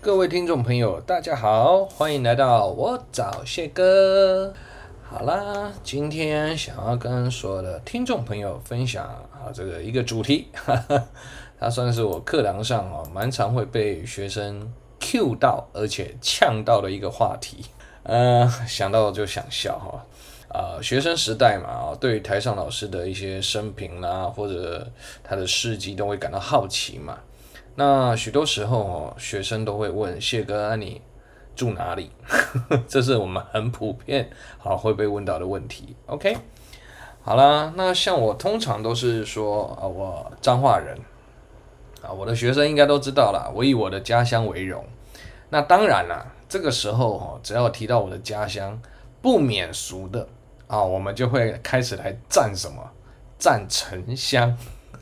各位听众朋友，大家好，欢迎来到我找谢哥。好啦，今天想要跟所有的听众朋友分享这个一个主题，它算是我课堂上蛮常会被学生 Q 到，而且呛到的一个话题。想到就想笑学生时代嘛，对于台上老师的一些生平啦，或者他的事迹，都会感到好奇嘛。那许多时候学生都会问谢哥，你住哪里？这是我们很普遍会被问到的问题。OK， 好啦，那像我通常都是说我彰化人我的学生应该都知道啦，我以我的家乡为荣。那当然啦，这个时候只要提到我的家乡，不免俗的我们就会开始来赞什么？赞城乡。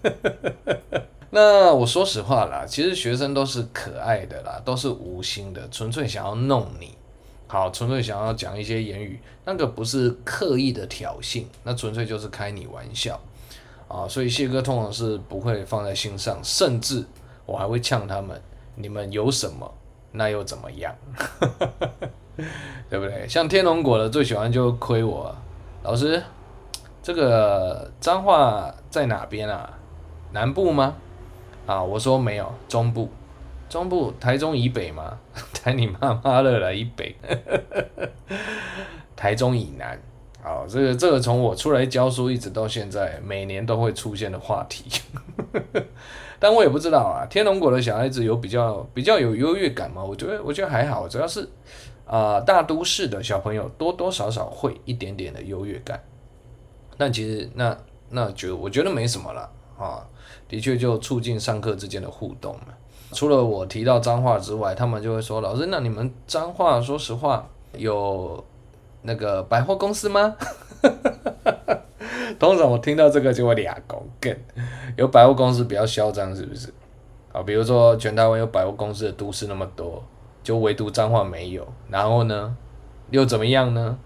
那我说实话啦，其实学生都是可爱的啦，都是无心的，纯粹想要弄你，纯粹想要讲一些言语，那个不是刻意的挑衅，那纯粹就是开你玩笑所以谢哥通常是不会放在心上，甚至我还会呛他们，你们有什么，那又怎么样？对不对？像天龙国的最喜欢就亏我，老师，这个彰化在哪边啊？南部吗？我说没有，中部，中部台中以北吗？台你妈妈的了，以北，台中以南。这个从我出来教书一直到现在，每年都会出现的话题。但我也不知道天龙国的小孩子有比较有优越感吗？我觉得还好，主要是大都市的小朋友多多少少会一点点的优越感。但其实我觉得没什么啦的确就促进上课之间的互动嘛。除了我提到彰化之外，他们就会说，老师，那你们彰化说实话有那个百货公司吗？通常我听到这个就会俩狗梗，有百货公司比较嚣张是不是？比如说全台湾有百货公司的都市那么多，就唯独彰化没有，然后呢又怎么样呢？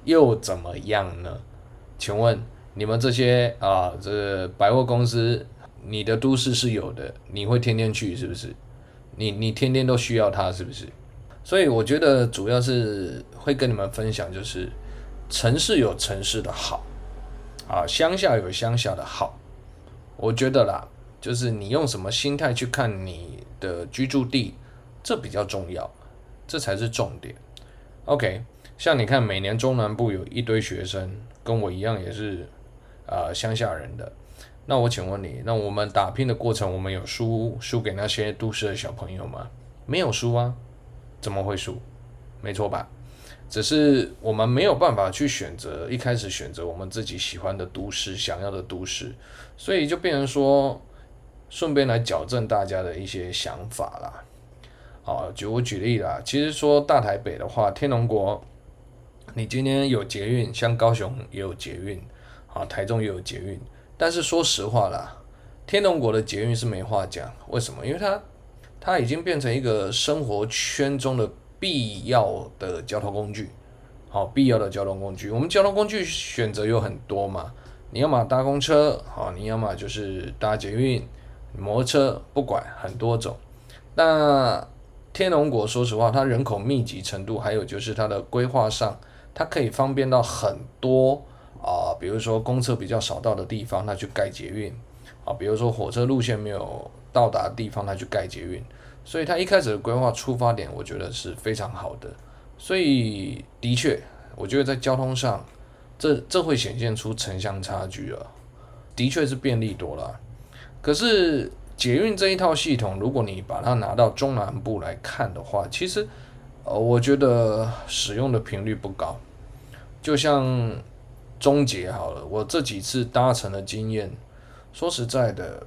请问你们这些这百货公司，你的都市是有的，你会天天去是不是？你天天都需要它是不是？所以我觉得主要是会跟你们分享，就是城市有城市的好乡下有乡下的好。我觉得啦，就是你用什么心态去看你的居住地，这比较重要，这才是重点。OK， 像你看，每年中南部有一堆学生跟我一样也是乡下人的，那我请问你，那我们打拼的过程，我们有输给那些都市的小朋友吗？没有输啊，怎么会输？没错吧？只是我们没有办法去一开始选择我们自己喜欢的都市，想要的都市，所以就变成说，顺便来矫正大家的一些想法啦。我举例啦，其实说大台北的话，天龙国，你今天有捷运，像高雄也有捷运，台中也有捷运，但是说实话啦，天龙国的捷运是没话讲，为什么？因为它已经变成一个生活圈中的必要的交通工具，必要的交通工具。我们交通工具选择有很多嘛，你要么搭公车，你要么就是搭捷运、摩托车，不管很多种。那天龙国说实话，它人口密集程度，还有就是它的规划上，它可以方便到很多比如说公车比较少到的地方，它去盖捷运比如说火车路线没有到达的地方，它去盖捷运。所以它一开始的规划出发点，我觉得是非常好的。所以的确，我觉得在交通上，这会显现出城乡差距的确是便利多了。可是捷运这一套系统，如果你把它拿到中南部来看的话，其实我觉得使用的频率不高。就像中捷好了，我这几次搭乘的经验，说实在的，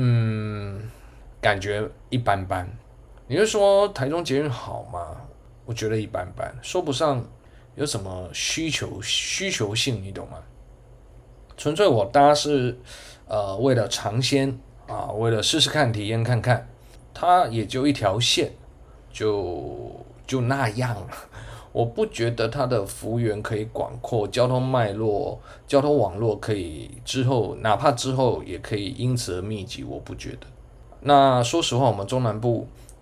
感觉一般般。你是说台中捷运好吗？我觉得一般般，说不上有什么需求性，你懂吗？纯粹我搭是为了尝鲜为了试试看、体验看看，它也就一条线，就那样了。我不觉得它的幅员可以广阔，交通脉络、交通网络可以哪怕之后也可以因此而密集，我不觉得。那说实话，我们中南部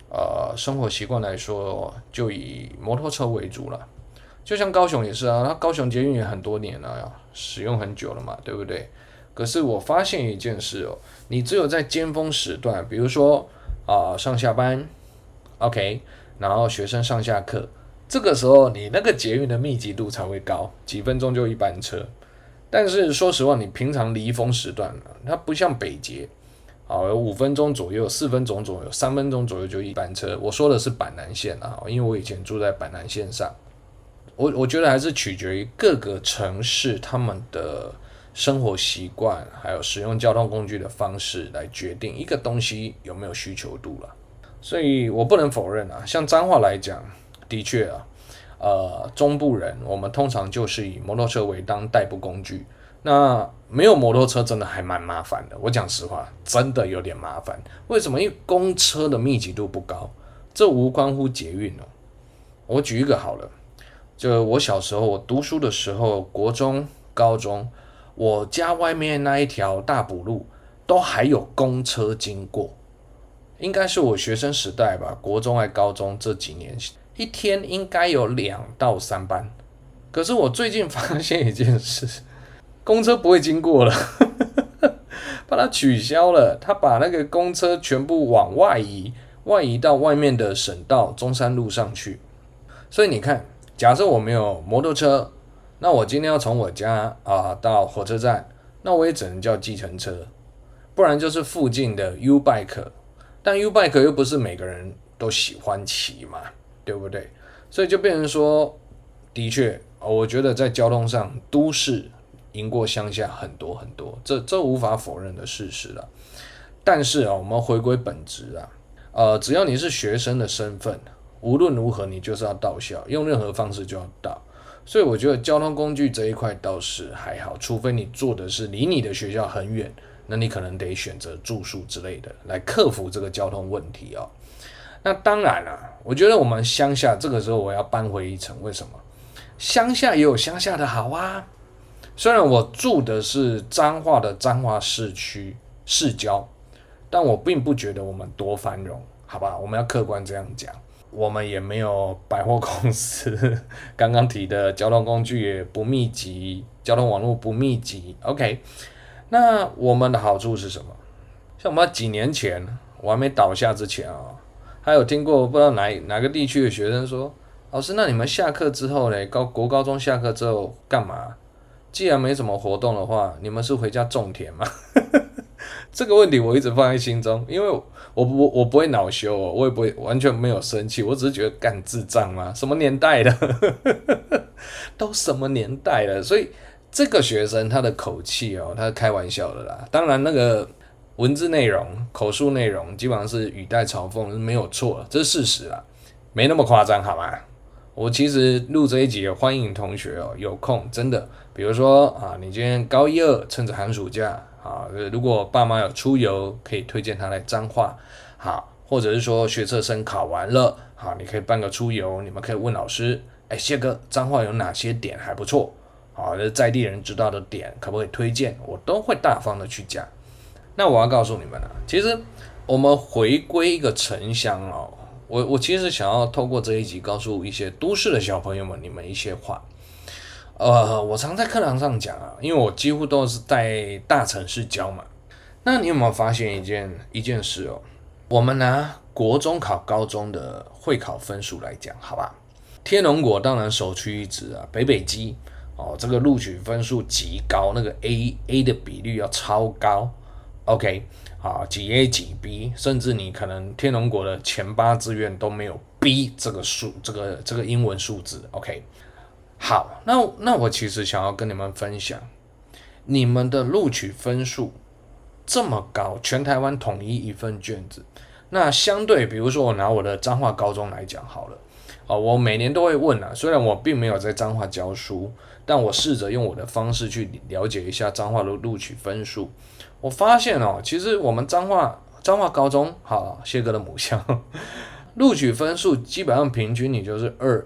生活习惯来说，就以摩托车为主了。就像高雄也是啊，它高雄捷运也很多年了，使用很久了嘛，对不对？可是我发现一件事哦，你只有在尖峰时段，比如说上下班，OK，然后学生上下课，这个时候你那个捷运的密集度才会高，几分钟就一班车。但是说实话，你平常离峰时段它不像北捷，有5分钟左右、4分钟左右、3分钟左右就一班车。我说的是板南线啊，因为我以前住在板南线上。我觉得还是取决于各个城市他们的生活习惯，还有使用交通工具的方式来决定一个东西有没有需求度了。所以我不能否认啊，像彰化来讲，的确啊，中部人我们通常就是以摩托车为当代步工具。那没有摩托车真的还蛮麻烦的，我讲实话，真的有点麻烦。为什么？因为公车的密集度不高，这无关乎捷运哦。我举一个好了。就我小时候，我读书的时候，国中、高中，我家外面那一条大补路都还有公车经过，应该是我学生时代吧，国中还高中这几年，一天应该有2到3班。可是我最近发现一件事，公车不会经过了，把它取消了，他把那个公车全部往外移，外移到外面的省道中山路上去。所以你看。假设我没有摩托车，那我今天要从我家到火车站，那我也只能叫计程车，不然就是附近的 U-Bike， 但 U-Bike 又不是每个人都喜欢骑嘛，对不对？所以就变成说，的确，我觉得在交通上，都市赢过乡下很多很多，这无法否认的事实了。但是我们回归本质只要你是学生的身份。无论如何，你就是要到校，用任何方式就要到。所以我觉得交通工具这一块倒是还好，除非你做的是离你的学校很远，那你可能得选择住宿之类的来克服这个交通问题哦。那当然我觉得我们乡下这个时候我要扳回一城，为什么？乡下也有乡下的好啊。虽然我住的是彰化的彰化市区市郊，但我并不觉得我们多繁荣，好吧？我们要客观这样讲。我们也没有百货公司，刚刚提的交通工具也不密集，交通网络不密集。OK， 那我们的好处是什么？像我们几年前，我还没倒下之前还有听过不知道哪个地区的学生说，老师，那你们下课之后呢？国高中下课之后干嘛？既然没什么活动的话，你们是回家种田吗？这个问题我一直放在心中，因为我不会恼羞我也不会完全没有生气，我只是觉得干智障吗？什么年代了，都什么年代了？所以这个学生他的口气他是开玩笑的啦。当然那个文字内容、口述内容基本上是语带嘲讽，是没有错，这是事实啦，没那么夸张好吗？我其实录这一集欢迎同学有空真的，比如说你今天高1、2趁着寒暑假如果爸妈有出游，可以推荐他来彰化，或者是说学测生考完了，你可以办个出游，你们可以问老师，谢哥，彰化有哪些点还不错，在地人知道的点可不可以推荐，我都会大方的去讲。那我要告诉你们其实我们回归一个城乡我其实想要透过这一集告诉一些都市的小朋友们你们一些话。我常在课堂上讲因为我几乎都是在大城市教嘛。那你有没有发现一件事我们拿国中考高中的会考分数来讲，好吧？天龙国当然首屈一指北基这个录取分数极高，那个 A 的比率要超高。OK， 几 A 几 B， 甚至你可能天龙国的前8志愿都没有 B 这个英文数字。OK， 好，那我其实想要跟你们分享，你们的录取分数这么高，全台湾统一一份卷子，那相对比如说我拿我的彰化高中来讲好了。我每年都会问虽然我并没有在彰化教书，但我试着用我的方式去了解一下彰化的录取分数。我发现其实我们彰化高中，谢哥的母校，录取分数基本上平均你就是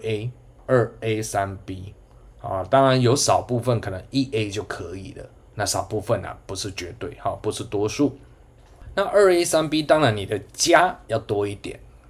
2A、3B 当然有少部分可能 1A 就可以了，那少部分不是绝对不是多数。那 2A、3B 当然你的加要多一点，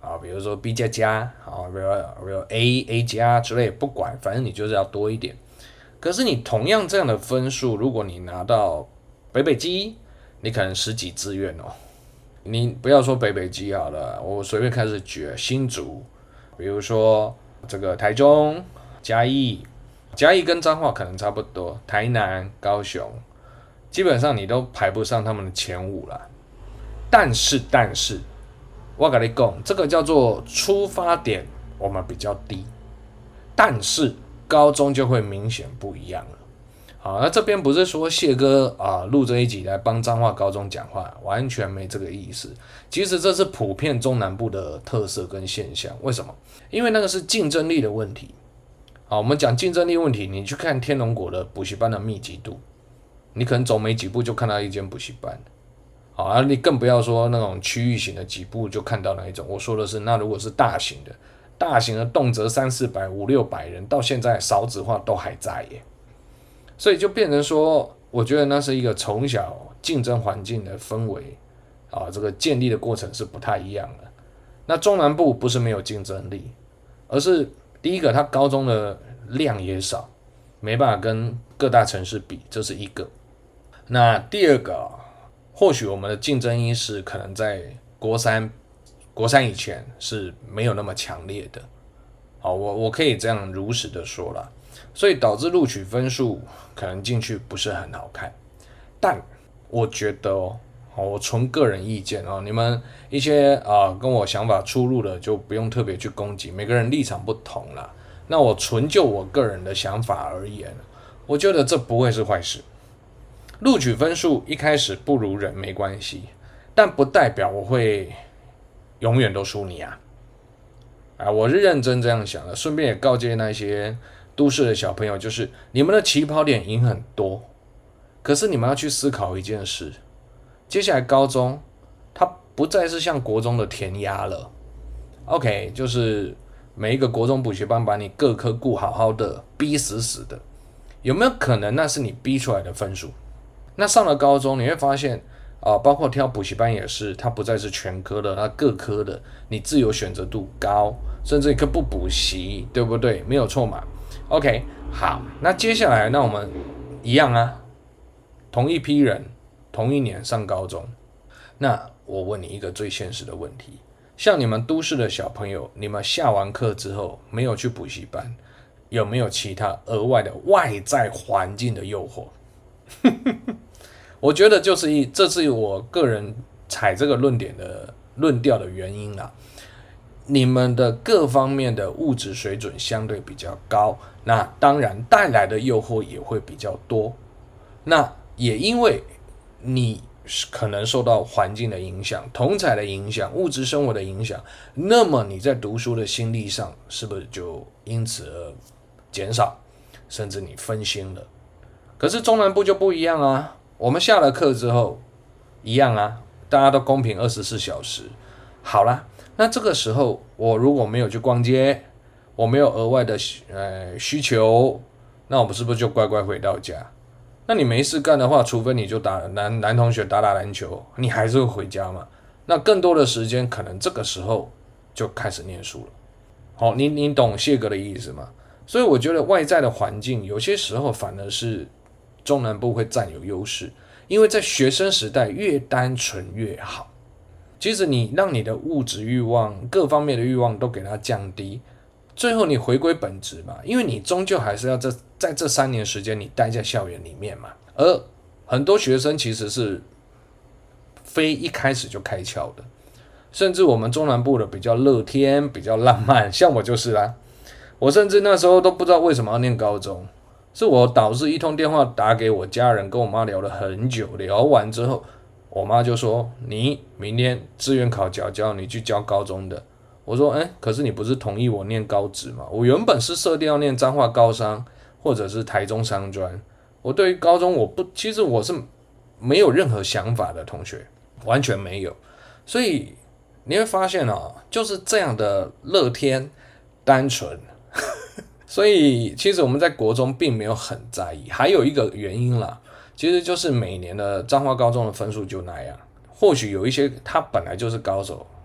啊，比如说 B 加加啊，比如 A 加之类，不管，反正你就是要多一点。可是你同样这样的分数，如果你拿到北基，你可能10几志愿哦。你不要说北基好了，我随便开始举新竹，比如说这个台中、嘉义跟彰化可能差不多，台南、高雄，基本上你都排不上他们的前5啦。但是，我跟你讲，这个叫做出发点我们比较低，但是高中就会明显不一样了。好，那这边不是说谢哥录这一集来帮彰化高中讲话，完全没这个意思。其实这是普遍中南部的特色跟现象。为什么？因为那个是竞争力的问题。好，我们讲竞争力问题，你去看天龙国的补习班的密集度，你可能走没几步就看到一间补习班。好，你更不要说那种区域型的几步就看到那一种。我说的是，那如果是大型的动辄300-400、500-600人，到现在少子化都还在耶。所以就变成说，我觉得那是一个从小竞争环境的氛围这个建立的过程是不太一样的。那中南部不是没有竞争力，而是第一个，它高中的量也少，没办法跟各大城市比，这是一个。那第二个，或许我们的竞争意识可能在国三以前是没有那么强烈的。好，我可以这样如实的说啦。所以导致录取分数可能进去不是很好看，但我觉得我纯个人意见你们一些跟我想法出入的就不用特别去攻击，每个人立场不同啦。那我纯就我个人的想法而言，我觉得这不会是坏事。录取分数一开始不如人没关系，但不代表我会永远都输你啊！我是认真这样想的，顺便也告诫那些都市的小朋友，就是你们的起跑点赢很多，可是你们要去思考一件事，接下来高中它不再是像国中的填鸭了。OK， 就是每一个国中补习班把你各科顾好好的，逼死死的，有没有可能那是你逼出来的分数？那上了高中你会发现包括挑补习班也是，它不再是全科的，它各科的，你自由选择度高，甚至你可以不补习，对不对？没有错嘛。OK， 好，那接下来那我们一样同一批人，同一年上高中。那我问你一个最现实的问题，像你们都市的小朋友，你们下完课之后没有去补习班，有没有其他额外的外在环境的诱惑？我觉得这是我个人踩这个论调的原因啦。你们的各方面的物质水准相对比较高，那当然带来的诱惑也会比较多。那也因为你可能受到环境的影响、同侪的影响、物质生活的影响，那么你在读书的心力上是不是就因此而减少，甚至你分心了？可是中南部就不一样啊，我们下了课之后一样大家都公平24小时。好啦，那这个时候我如果没有去逛街，我没有额外的需求，那我们是不是就乖乖回到家？那你没事干的话，除非你就男同学打篮球，你还是会回家嘛。那更多的时间可能这个时候就开始念书了。好，你懂谢哥的意思吗？所以我觉得外在的环境有些时候反而是中南部会占有优势，因为在学生时代越单纯越好。其实你让你的物质欲望、各方面的欲望都给它降低，最后你回归本质嘛，因为你终究还是要在这3年时间你待在校园里面嘛。而很多学生其实是非一开始就开窍的，甚至我们中南部的比较乐天、比较浪漫，像我就是啦。我甚至那时候都不知道为什么要念高中，是我导师一通电话打给我家人，跟我妈聊了很久，聊完之后，我妈就说：“你明天志愿考交，你去教高中的。”我说：“可是你不是同意我念高职吗？我原本是设定要念彰化高商或者是台中商专。我对于高中其实我是没有任何想法的同学，完全没有。所以你会发现就是这样的乐天单纯。”所以其实我们在国中并没有很在意，还有一个原因啦，其实就是每年的彰化高中的分数就那样。或许有一些他本来就是高手，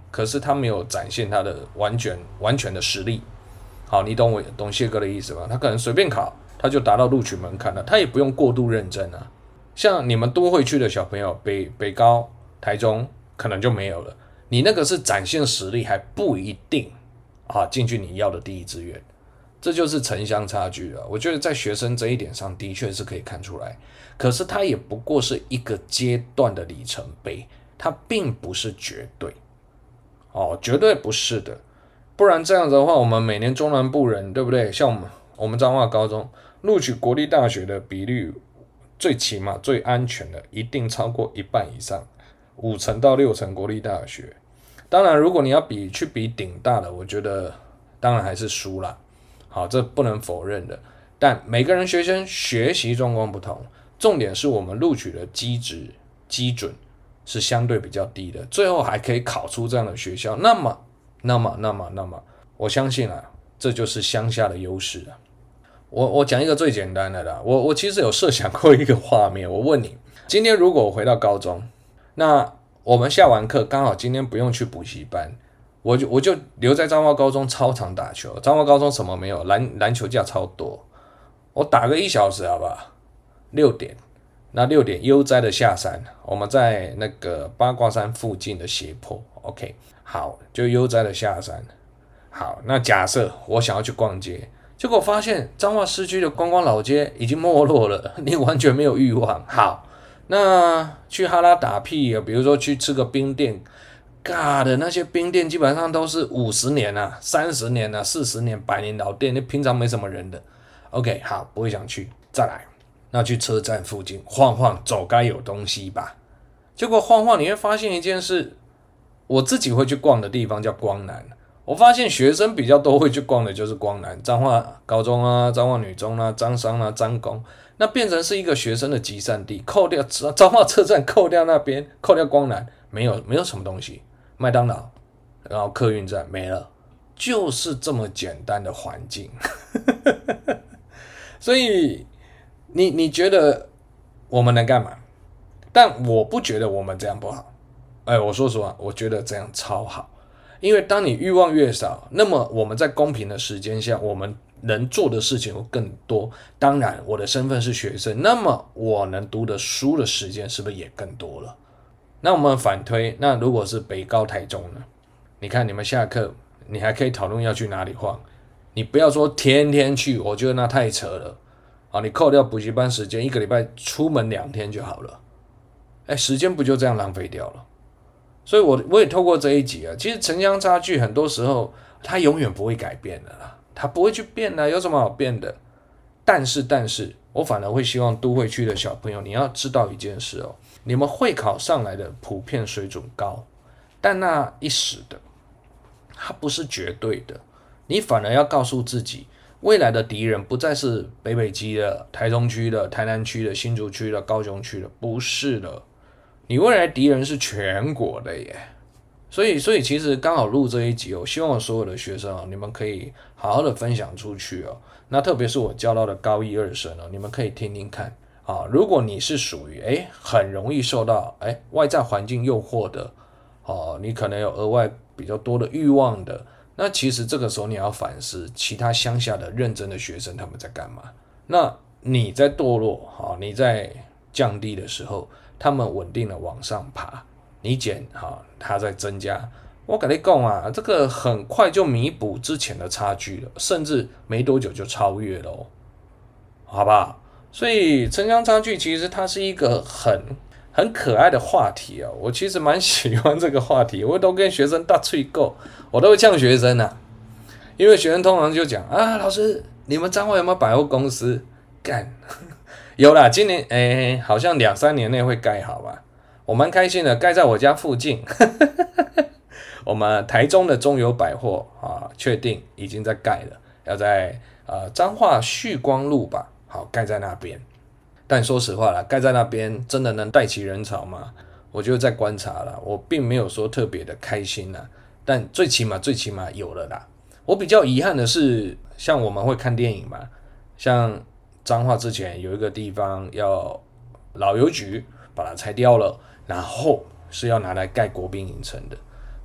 可是他没有展现他的完全的实力。好，你懂谢哥的意思吗？他可能随便考，他就达到录取门槛了，他也不用过度认真啊。像你们都会区的小朋友，北高、台中可能就没有了。你那个是展现实力，还不一定进去你要的第一志愿，这就是城乡差距了。我觉得在学生这一点上的确是可以看出来，可是它也不过是一个阶段的里程碑，它并不是绝对绝对不是的。不然这样子的话，我们每年中南部人，对不对？像我们彰化高中录取国立大学的比率，最起码最安全的，一定超过一半以上，5成到6成国立大学。当然，如果你要去比顶大的，我觉得当然还是输啦。好，这不能否认的。但每个人学生学习状况不同，重点是我们录取的基准是相对比较低的，最后还可以考出这样的学校，那么，我相信这就是乡下的优势啊。我讲一个最简单的啦，我其实有设想过一个画面，我问你，今天如果我回到高中，那我们下完课刚好今天不用去补习班，我就留在彰化高中操场打球。彰化高中什么没有，篮球架超多，我打个1小时好不好？6点，那6点悠哉的下山，我们在那个八卦山附近的斜坡 ，OK， 好，就悠哉的下山。好，那假设我想要去逛街，结果发现彰化市区的观光老街已经没落了，你完全没有欲望。好，那去哈拉打屁，比如说去吃个冰店，的那些冰店基本上都是50年啊、30年啊、40年、100年老店，那平常没什么人的。OK， 好，不会想去。再来，那去车站附近晃晃，走该有东西吧。结果晃晃，你会发现一件事，我自己会去逛的地方叫光南。我发现学生比较多会去逛的就是光南、彰化高中啊、彰化女中啊、彰商啊、彰工，那变成是一个学生的集散地。扣掉彰化车站，扣掉那边，扣掉光南，没有什么东西。麦当劳，然后客运站没了，就是这么简单的环境。所以你觉得我们能干嘛？但我不觉得我们这样不好。我说实话，我觉得这样超好。因为当你欲望越少，那么我们在公平的时间下，我们能做的事情会更多。当然，我的身份是学生，那么我能读的书的时间是不是也更多了？那我们反推，那如果是北高台中呢？你看你们下课，你还可以讨论要去哪里晃。你不要说天天去，我觉得那太扯了。你扣掉补习班时间，一个礼拜出门2天就好了。时间不就这样浪费掉了？所以我也透过这一集其实城乡差距很多时候它永远不会改变的啦，它不会去变的，有什么好变的？但是我反而会希望都会区的小朋友，你要知道一件事你们会考上来的普遍水准高，但那一时的，它不是绝对的。你反而要告诉自己，未来的敌人不再是北基的、台中区的、台南区的、新竹区的、高雄区的，不是的。你未来敌人是全国的耶，所以其实刚好录这一集希望所有的学生你们可以好好的分享出去那特别是我教到的高1、2生你们可以听听看如果你是属于很容易受到外在环境诱惑的你可能有额外比较多的欲望的，那其实这个时候你要反思其他乡下的认真的学生他们在干嘛。那你在堕落你在降低的时候，他们稳定的往上爬，你减它在增加。我跟你讲这个很快就弥补之前的差距了，甚至没多久就超越了好不好？所以城乡差距其实它是一个很可爱的话题我其实蛮喜欢这个话题，我都跟学生大吹够，我都会呛学生因为学生通常就讲老师你们彰化有没有百货公司？干有啦，今年好像2-3年内会盖好吧，我蛮开心的，盖在我家附近。我们台中的中友百货确定已经在盖了，要在彰化旭光路吧，好，盖在那边。但说实话啦，盖在那边真的能带起人潮吗？我就在观察啦，我并没有说特别的开心啦，但最起码有了啦。我比较遗憾的是，像我们会看电影嘛，像彰化之前有一个地方要老邮局把它拆掉了，然后是要拿来盖国宾影城的。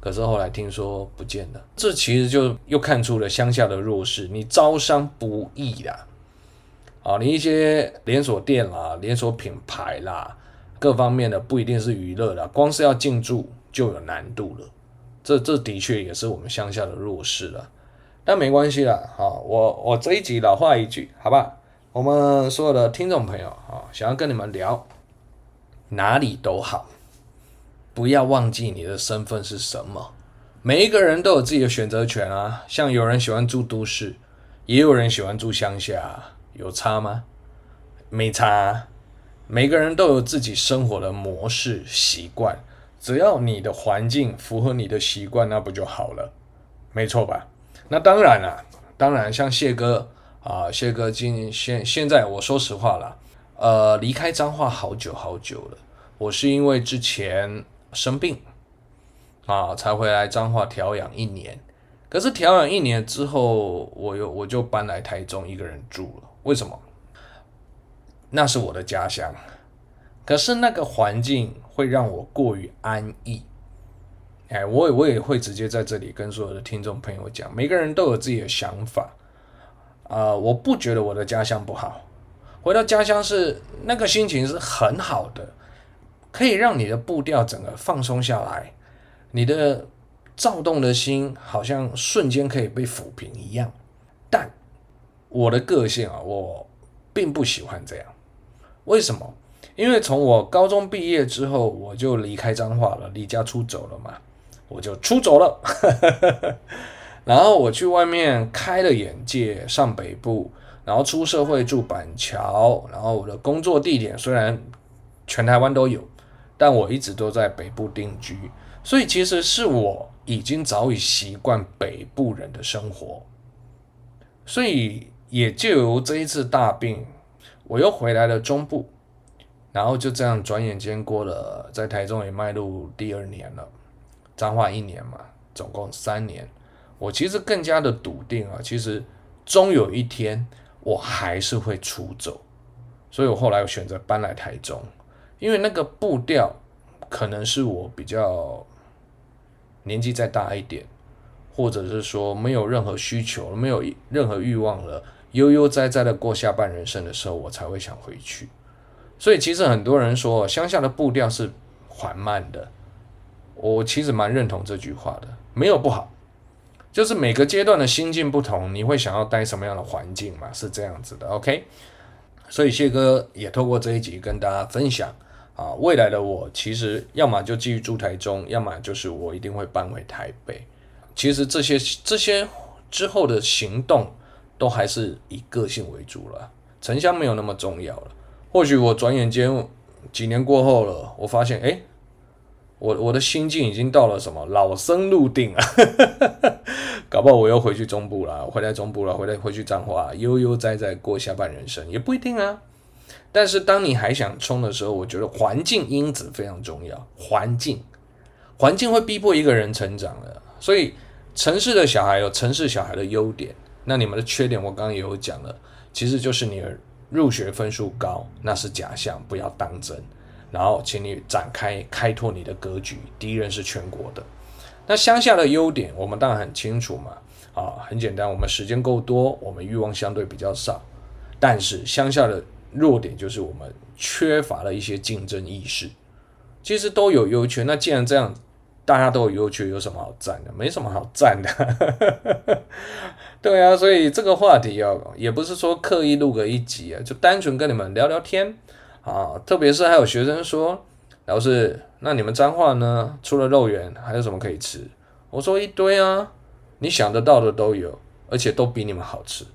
可是后来听说不见了。这其实就又看出了乡下的弱势，你招商不易啦。你一些连锁店啦、连锁品牌啦，各方面的不一定是娱乐啦，光是要进驻就有难度了。这的确也是我们乡下的弱势了。但没关系啦，我这一集老话一句，好吧？我们所有的听众朋友想要跟你们聊，哪里都好，不要忘记你的身份是什么。每一个人都有自己的选择权啊，像有人喜欢住都市，也有人喜欢住乡下，有差吗？没差啊。每个人都有自己生活的模式习惯，只要你的环境符合你的习惯，那不就好了？没错吧？那当然啦，当然像谢哥谢哥现在我说实话啦，离开彰化好久好久了。我是因为之前生病才回来彰化调养1年。可是调养1年之后，我就搬来台中一个人住了。为什么？那是我的家乡，可是那个环境会让我过于安逸。我也会直接在这里跟所有的听众朋友讲，每个人都有自己的想法。我不觉得我的家乡不好，回到家乡是那个心情是很好的，可以让你的步调整个放松下来，你的躁动的心好像瞬间可以被抚平一样。但我的个性我并不喜欢这样。为什么？因为从我高中毕业之后，我就离开彰化了，离家出走了嘛，我就出走了。然后我去外面开了眼界，上北部，然后出社会住板桥，然后我的工作地点虽然全台湾都有，但我一直都在北部定居，所以其实是我已经早已习惯北部人的生活，所以也就由这一次大病，我又回来了中部，然后就这样转眼间过了，在台中也迈入第2年了，彰化1年嘛，总共3年。我其实更加的笃定其实终有一天我还是会出走，所以我后来选择搬来台中，因为那个步调可能是我比较年纪再大一点，或者是说没有任何需求，没有任何欲望了，悠悠哉哉的过下半人生的时候，我才会想回去。所以其实很多人说乡下的步调是缓慢的，我其实蛮认同这句话的，没有不好，就是每个阶段的心境不同，你会想要待什么样的环境嘛，是这样子的 OK。 所以谢哥也透过这一集跟大家分享未来的我其实要么就继续住台中，要么就是我一定会搬回台北。其实这些之后的行动都还是以个性为主了，城乡没有那么重要了。或许我转眼间几年过后了，我发现我的心境已经到了什么老僧入定了搞不好我又回去中部了，回来中部了，回去彰化，悠悠哉哉过下半人生，也不一定啊。但是当你还想冲的时候，我觉得环境因子非常重要。环境会逼迫一个人成长的，所以城市的小孩有城市小孩的优点，那你们的缺点我刚刚也有讲了，其实就是你的入学分数高，那是假象，不要当真。然后请你开拓你的格局，敌人是全国的。那乡下的优点我们当然很清楚嘛，很简单，我们时间够多，我们欲望相对比较少。但是乡下的弱点就是我们缺乏了一些竞争意识。其实都有优缺，那既然这样，大家都有优缺，有什么好赞的？没什么好赞的对啊，所以这个话题也不是说刻意录个一集就单纯跟你们聊聊天特别是还有学生说，老师，那你们彰化呢？除了肉圆还有什么可以吃？我说一堆啊，你想得到的都有，而且都比你们好吃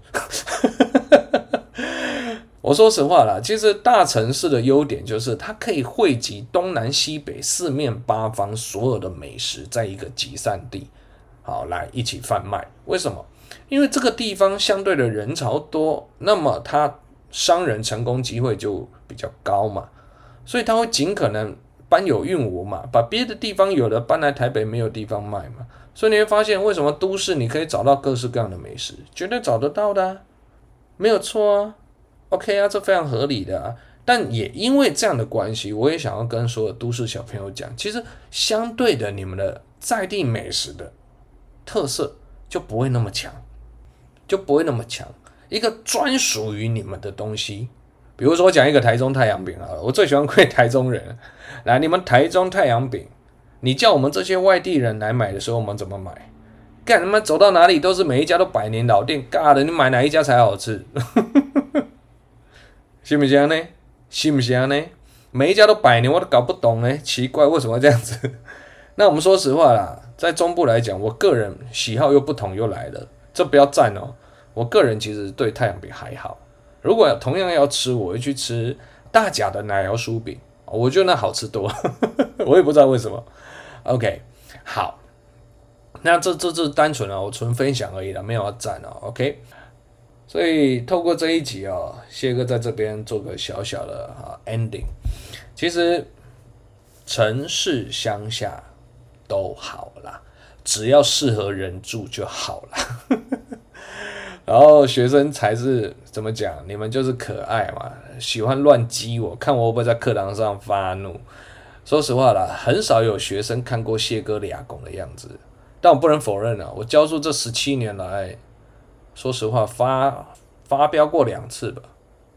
我说实话啦，其实大城市的优点就是它可以汇集东南西北四面八方所有的美食在一个集散地，来一起贩卖。为什么？因为这个地方相对的人潮多，那么它商人成功机会就比较高嘛，所以他会尽可能搬有运无嘛，把别的地方有的搬来台北没有地方卖嘛。所以你会发现为什么都市你可以找到各式各样的美食，绝对找得到的没有错啊。OK 啊，这非常合理的但也因为这样的关系，我也想要跟所有都市小朋友讲，其实相对的你们的在地美食的特色就不会那么强，就不会那么强。一个专属于你们的东西，比如说讲一个台中太阳饼好了，我最喜欢贵台中人。来，你们台中太阳饼，你叫我们这些外地人来买的时候，我们怎么买？干他妈走到哪里都是每一家都100年老店，尬的，你买哪一家才好吃？信不信呢？信不信呢？每一家都100年，我都搞不懂呢，奇怪为什么这样子？那我们说实话啦，在中部来讲，我个人喜好又不同又来了，这不要赞哦。我个人其实对太阳饼还好，如果同样要吃，我会去吃大甲的奶油酥饼，我觉得那好吃多，我也不知道为什么。OK， 好。那这单纯我纯分享而已啦，没有要赞OK， 所以透过这一集谢哥在这边做个小小的ending。其实城市乡下都好啦，只要适合人住就好啦。然后学生才是怎么讲？你们就是可爱嘛，喜欢乱激我，看我会不会在课堂上发怒。说实话啦，很少有学生看过谢哥俩拱的样子。但我不能否认我教书这17年来，说实话发飙过2次吧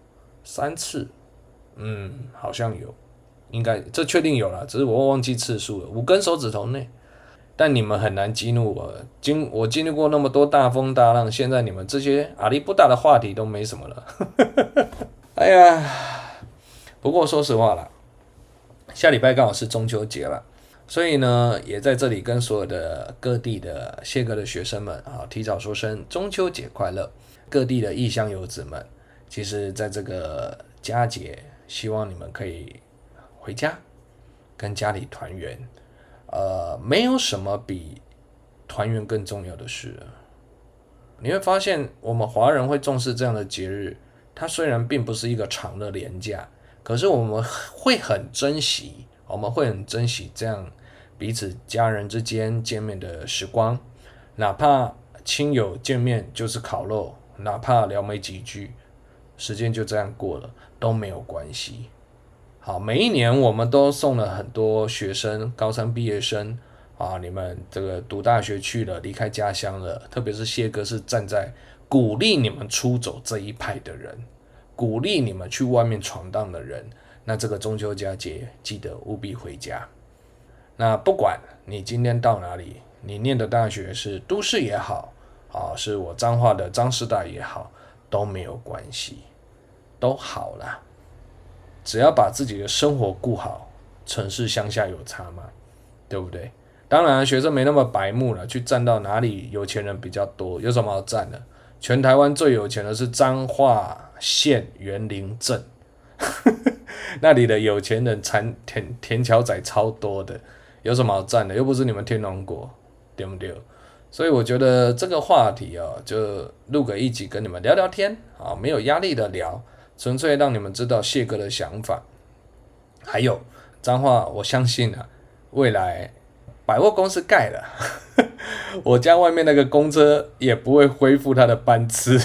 ，3次，好像有，应该这确定有啦，只是我忘记次数了，5根手指头内。但你们很难激怒我，我经历过那么多大风大浪，现在你们这些阿里不达的话题都没什么了。哎呀，不过说实话啦，下礼拜刚好是中秋节了。所以呢，也在这里跟所有的各地的谢哥的学生们提早说声中秋节快乐。各地的异乡游子们，其实在这个佳节，希望你们可以回家，跟家里团圆。没有什么比团圆更重要的事了。你会发现，我们华人会重视这样的节日，它虽然并不是一个长的连假，可是我们会很珍惜这样彼此家人之间见面的时光，哪怕亲友见面就是烤肉，哪怕聊没几句，时间就这样过了都没有关系。好，每一年我们都送了很多学生，高三毕业生你们这个读大学去了，离开家乡了，特别是谢哥是站在鼓励你们出走这一派的人，鼓励你们去外面闯荡的人。那这个中秋佳节记得务必回家。那不管你今天到哪里，你念的大学是都市也好是我彰化的彰师大也好，都没有关系，都好啦。只要把自己的生活顾好，城市乡下有差吗？对不对？当然学生没那么白目了，去站到哪里有钱人比较多，有什么好站的？全台湾最有钱的是彰化县员林镇那里的有钱人田桥仔超多的，有什么好站的？又不是你们天龙国，对不对？所以我觉得这个话题就录个一集跟你们聊聊天没有压力的聊，纯粹让你们知道谢哥的想法。还有彰化，我相信未来百货公司盖了我家外面那个公车也不会恢复它的班次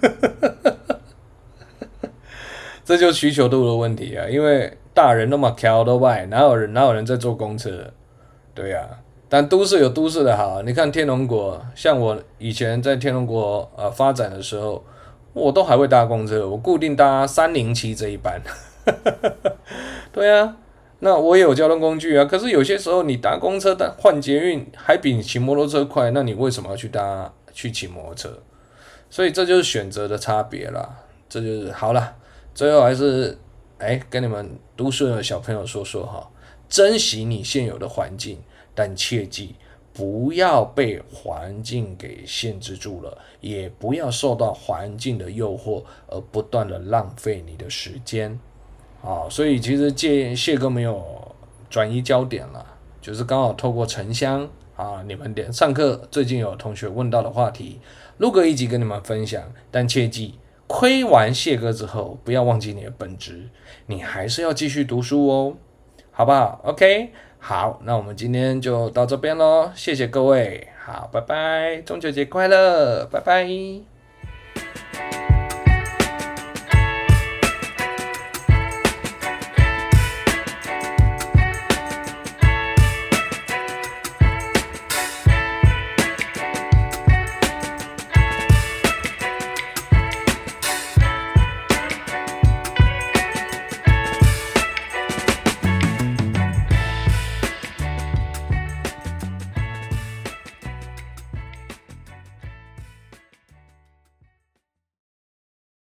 这就需求度的问题因为大人那么挑都外，哪有人在坐公车？对但都市有都市的好，你看天龙国，像我以前在天龙国发展的时候，我都还会搭公车，我固定搭307这一班对那我也有交通工具可是有些时候你搭公车换捷运还比你骑摩托车快，那你为什么要去骑摩托车？所以这就是选择的差别啦，这就是好啦。最后还是跟你们都市的小朋友说珍惜你现有的环境，但切记不要被环境给限制住了，也不要受到环境的诱惑而不断的浪费你的时间所以其实谢哥没有转移焦点了，就是刚好透过城乡你们上课最近有同学问到的话题，录个一集跟你们分享，但切记亏完谢哥之后，不要忘记你的本质，你还是要继续读书好不好 ？OK， 好，那我们今天就到这边咯，谢谢各位，好，拜拜，中秋节快乐，拜拜。